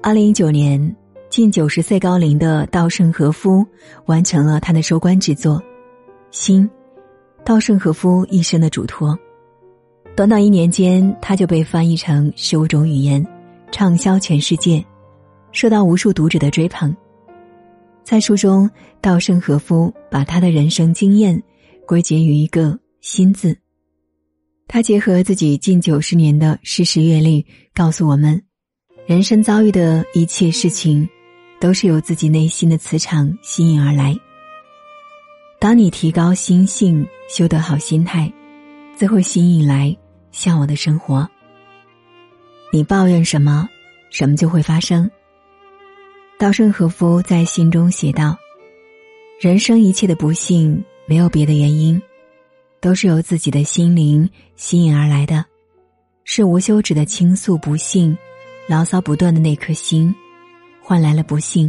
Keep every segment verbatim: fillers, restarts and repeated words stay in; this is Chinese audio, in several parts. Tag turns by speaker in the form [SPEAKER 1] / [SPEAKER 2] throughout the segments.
[SPEAKER 1] 二零一九年，近九十岁高龄的稻盛和夫完成了他的收官之作《心》，稻盛和夫一生的嘱托。短短一年间，他就被翻译成十五种语言，畅销全世界，受到无数读者的追捧。在书中，稻盛和夫把他的人生经验归结于一个心字。他结合自己近九十年的事实阅历，告诉我们，人生遭遇的一切事情都是由自己内心的磁场吸引而来。当你提高心性，修得好心态，自会吸引来向往的生活。你抱怨什么，什么就会发生。稻盛和夫在信中写道，人生一切的不幸没有别的原因，都是由自己的心灵吸引而来的，是无休止的倾诉不幸，牢骚不断的那颗心换来了不幸。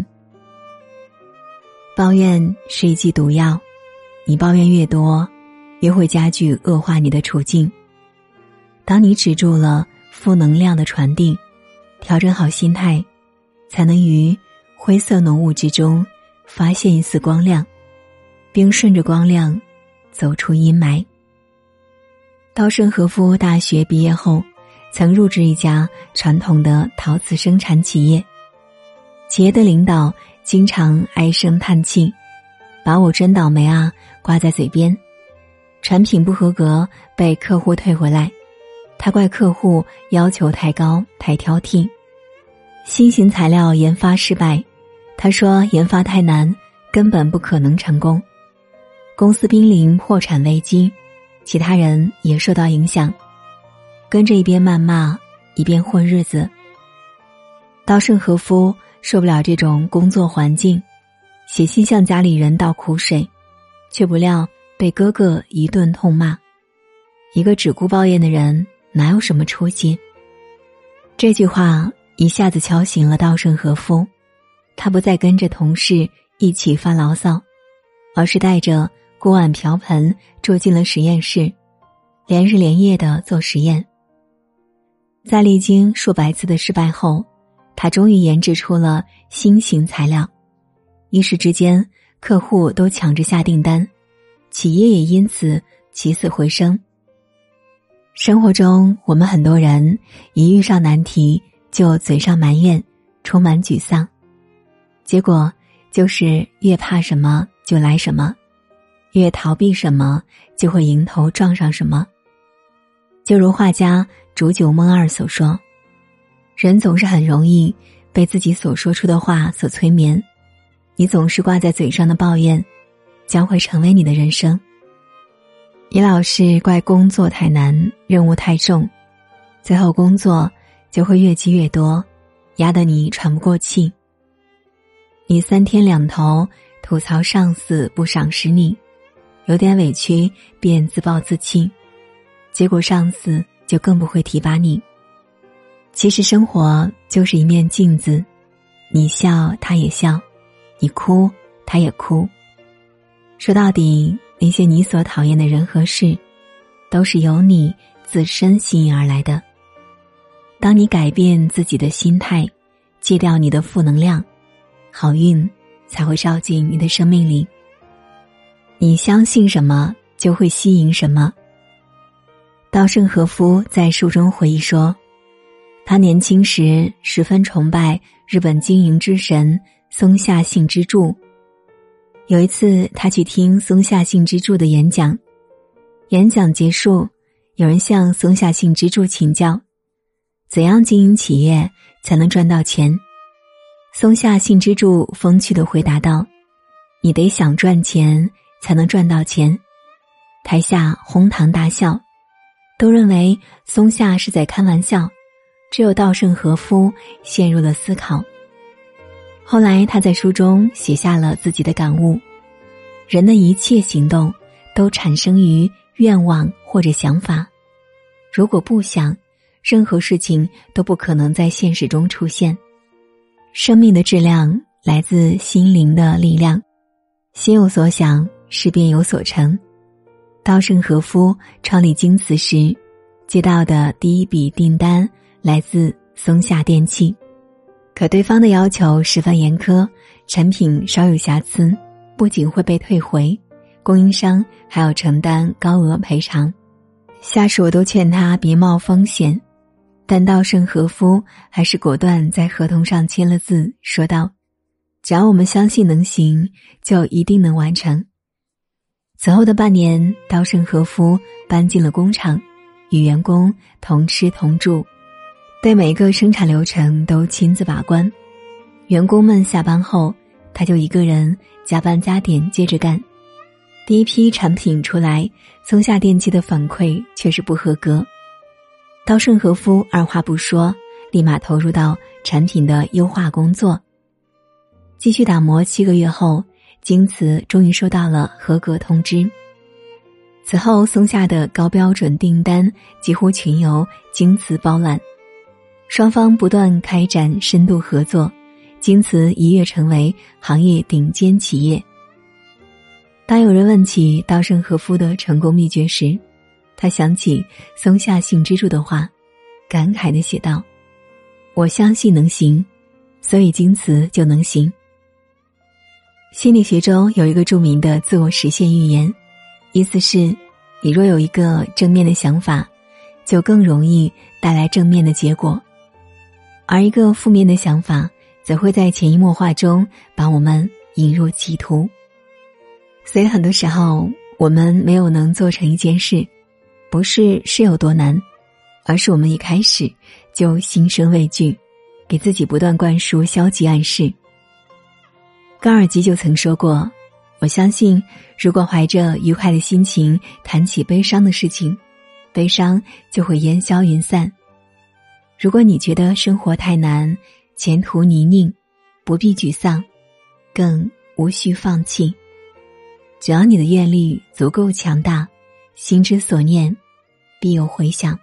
[SPEAKER 1] 抱怨是一剂毒药，你抱怨越多，越会加剧恶化你的处境。当你止住了负能量的传递，调整好心态，才能于灰色浓雾之中发现一丝光亮，并顺着光亮走出阴霾。稻盛和夫大学毕业后，曾入职一家传统的陶瓷生产企业，企业的领导经常唉声叹气，把我真倒霉啊挂在嘴边。产品不合格被客户退回来，他怪客户要求太高太挑剔。新型材料研发失败，他说研发太难，根本不可能成功。公司濒临破产危机，其他人也受到影响，跟着一边谩骂一边混日子。稻盛和夫受不了这种工作环境，写信向家里人倒苦水，却不料被哥哥一顿痛骂。一个只顾抱怨的人哪有什么出息？这句话一下子敲醒了稻盛和夫，他不再跟着同事一起发牢骚，而是带着锅碗瓢盆住进了实验室，连日连夜地做实验。在历经数百次的失败后，他终于研制出了新型材料，一时之间客户都抢着下订单，企业也因此起死回生。生活中，我们很多人一遇上难题就嘴上埋怨，充满沮丧，结果就是越怕什么就来什么，越逃避什么就会迎头撞上什么。就如画家竹久梦二所说，人总是很容易被自己所说出的话所催眠，你总是挂在嘴上的抱怨将会成为你的人生。你老是怪工作太难，任务太重，最后工作就会越积越多，压得你喘不过气。你三天两头吐槽上司不赏识你，有点委屈便自暴自弃，结果上司就更不会提拔你。其实生活就是一面镜子，你笑他也笑，你哭他也哭。说到底，那些你所讨厌的人和事，都是由你自身吸引而来的。当你改变自己的心态，戒掉你的负能量，好运才会照进你的生命里。你相信什么，就会吸引什么。稻盛和夫在书中回忆说，他年轻时十分崇拜日本经营之神松下幸之助。有一次他去听松下幸之助的演讲，演讲结束，有人向松下幸之助请教，怎样经营企业才能赚到钱？松下幸之助风趣地回答道，你得想赚钱才能赚到钱。台下哄堂大笑，都认为松下是在开玩笑，只有稻盛和夫陷入了思考。后来他在书中写下了自己的感悟，人的一切行动都产生于愿望或者想法，如果不想，任何事情都不可能在现实中出现。生命的质量来自心灵的力量，心有所想，事便有所成。稻盛和夫创立京瓷时，接到的第一笔订单来自松下电器， 可对方的要求十分严苛，产品稍有瑕疵，不仅会被退回，供应商还要承担高额赔偿。下属都劝他别冒风险，但稻盛和夫还是果断在合同上签了字，说道：只要我们相信能行，就一定能完成。此后的半年，稻盛和夫搬进了工厂，与员工同吃同住，对每个生产流程都亲自把关。员工们下班后，他就一个人加班加点接着干。第一批产品出来，松下电器的反馈却是不合格。稻盛和夫二话不说，立马投入到产品的优化工作。继续打磨七个月后，京瓷终于收到了合格通知。此后，松下的高标准订单几乎全由京瓷包揽，双方不断开展深度合作，京瓷一跃成为行业顶尖企业。当有人问起稻盛和夫的成功秘诀时，他想起松下幸之助的话，感慨地写道：我相信能行，所以京瓷就能行。心理学中有一个著名的自我实现预言，意思是你若有一个正面的想法，就更容易带来正面的结果，而一个负面的想法则会在潜移默化中把我们引入歧途。所以很多时候我们没有能做成一件事，不是是有多难，而是我们一开始就心生畏惧，给自己不断灌输消极暗示。高尔基就曾说过，我相信如果怀着愉快的心情谈起悲伤的事情，悲伤就会烟消云散。如果你觉得生活太难，前途泥泞，不必沮丧，更无需放弃。只要你的愿力足够强大，心之所念必有回响。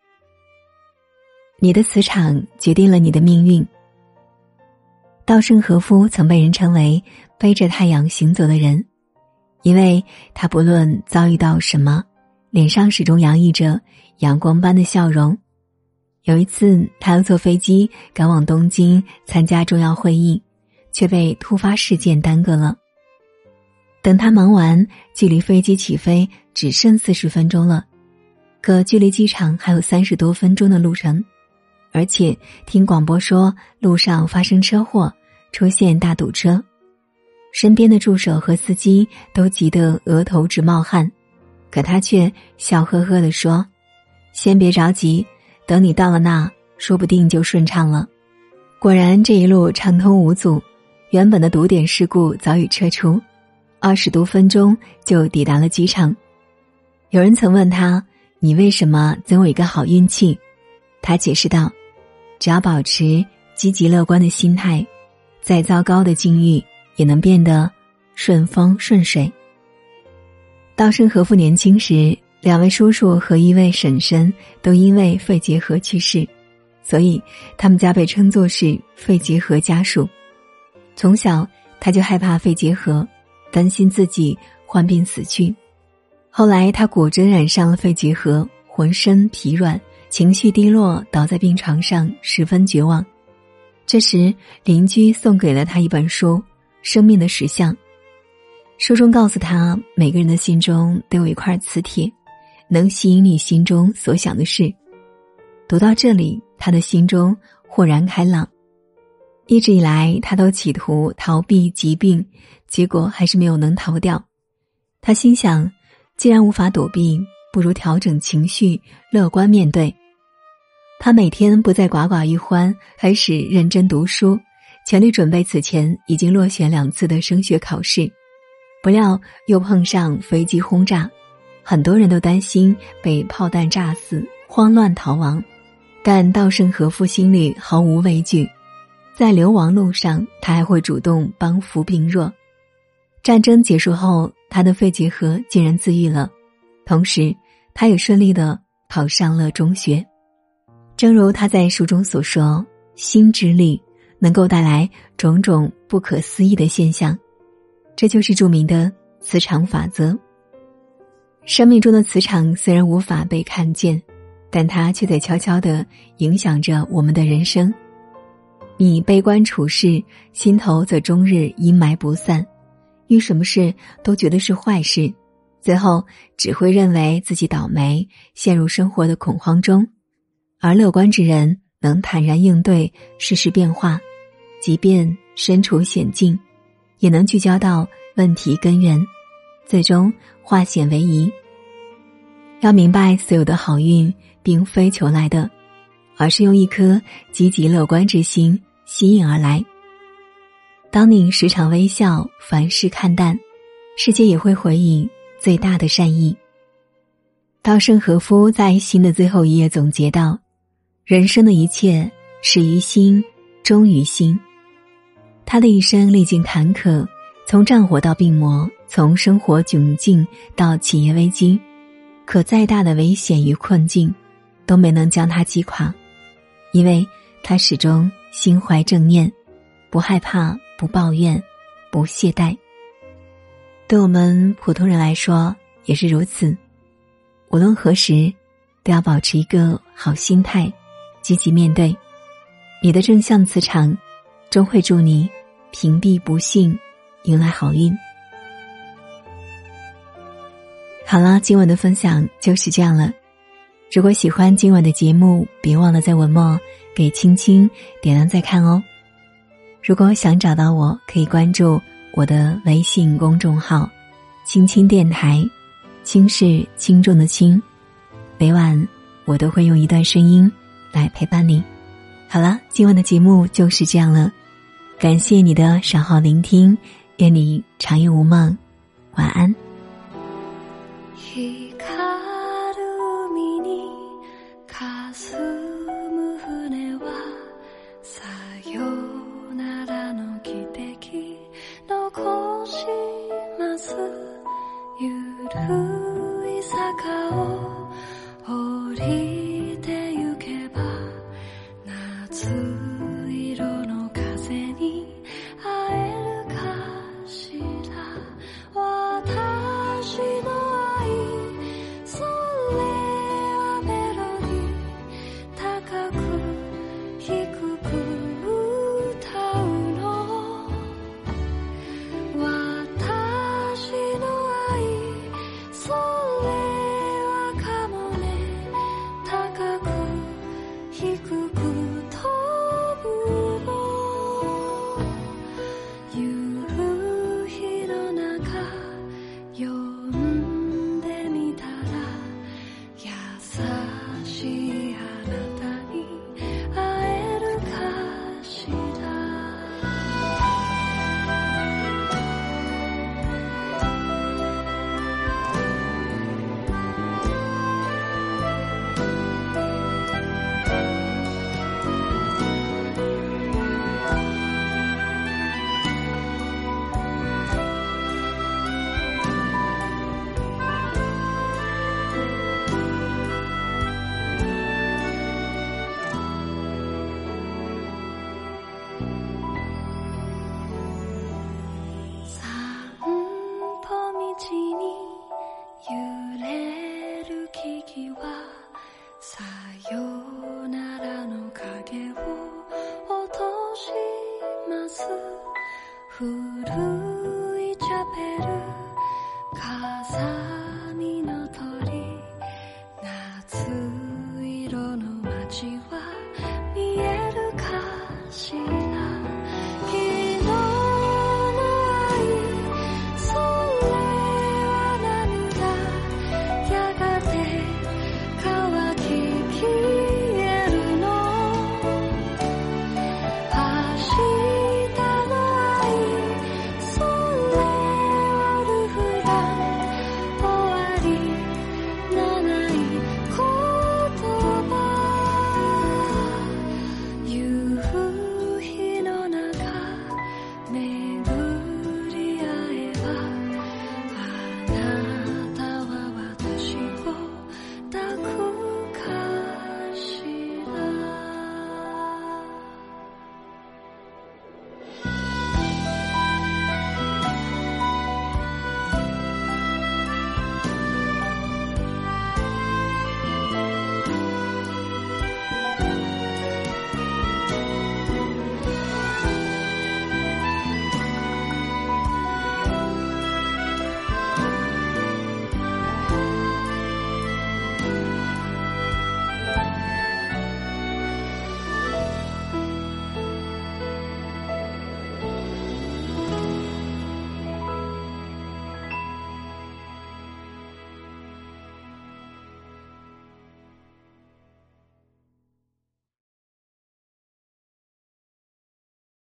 [SPEAKER 1] 你的磁场决定了你的命运。稻盛和夫曾被人称为背着太阳行走的人，因为他不论遭遇到什么，脸上始终洋溢着阳光般的笑容。有一次，他要坐飞机赶往东京参加重要会议，却被突发事件耽搁了。等他忙完，距离飞机起飞只剩四十分钟了，可距离机场还有三十多分钟的路程，而且听广播说路上发生车祸，出现大堵车。身边的助手和司机都急得额头直冒汗，可他却笑呵呵地说：先别着急，等你到了那，说不定就顺畅了。果然这一路畅通无阻，原本的堵点事故早已撤出，二十多分钟就抵达了机场。有人曾问他，你为什么总有一个好运气？他解释道，只要保持积极乐观的心态，再糟糕的境遇也能变得顺风顺水。稻盛和夫年轻时，两位叔叔和一位婶婶都因为肺结核去世，所以他们家被称作是肺结核家属。从小他就害怕肺结核，担心自己患病死去。后来他果真染上了肺结核，浑身疲软，情绪低落，倒在病床上，十分绝望。这时邻居送给了他一本书《生命的实相》，书中告诉他，每个人的心中都有一块磁铁，能吸引你心中所想的事。读到这里，他的心中豁然开朗。一直以来他都企图逃避疾病，结果还是没有能逃掉。他心想，既然无法躲避，不如调整情绪，乐观面对。他每天不再寡寡欲欢，开始认真读书，全力准备此前已经落选两次的升学考试。不料又碰上飞机轰炸，很多人都担心被炮弹炸死，慌乱逃亡。但稻盛和夫心里毫无畏惧，在流亡路上，他还会主动帮扶病弱。战争结束后，他的肺结核竟然自愈了，同时他也顺利地考上了中学。正如他在书中所说，心之力能够带来种种不可思议的现象，这就是著名的磁场法则。生命中的磁场虽然无法被看见，但它却在悄悄地影响着我们的人生。 你悲观处事，心头则终日阴霾不散，遇什么事都觉得是坏事，最后只会认为自己倒霉，陷入生活的恐慌中。而乐观之人能坦然应对世事变化，即便身处险境，也能聚焦到问题根源，最终化险为夷。要明白，所有的好运并非求来的，而是用一颗积极乐观之心吸引而来。当你时常微笑，凡事看淡，世界也会回应最大的善意。稻盛和夫在《心》的最后一页总结道，人生的一切始于心，终于心。他的一生历尽坎坷，从战火到病魔，从生活窘境到企业危机，可再大的危险与困境都没能将他击垮，因为他始终心怀正念，不害怕，不抱怨，不懈怠。对我们普通人来说也是如此，无论何时都要保持一个好心态，积极面对，你的正向磁场终会助你屏蔽不幸，迎来好运。好了，今晚的分享就是这样了。如果喜欢今晚的节目，别忘了在文末给青青点亮再看哦。如果想找到我，可以关注我的微信公众号青青电台，轻是轻重的轻，每晚我都会用一段声音来陪伴你。好了，今晚的节目就是这样了，感谢你的守候聆听，愿你长夜无梦，晚安。
[SPEAKER 2] 低く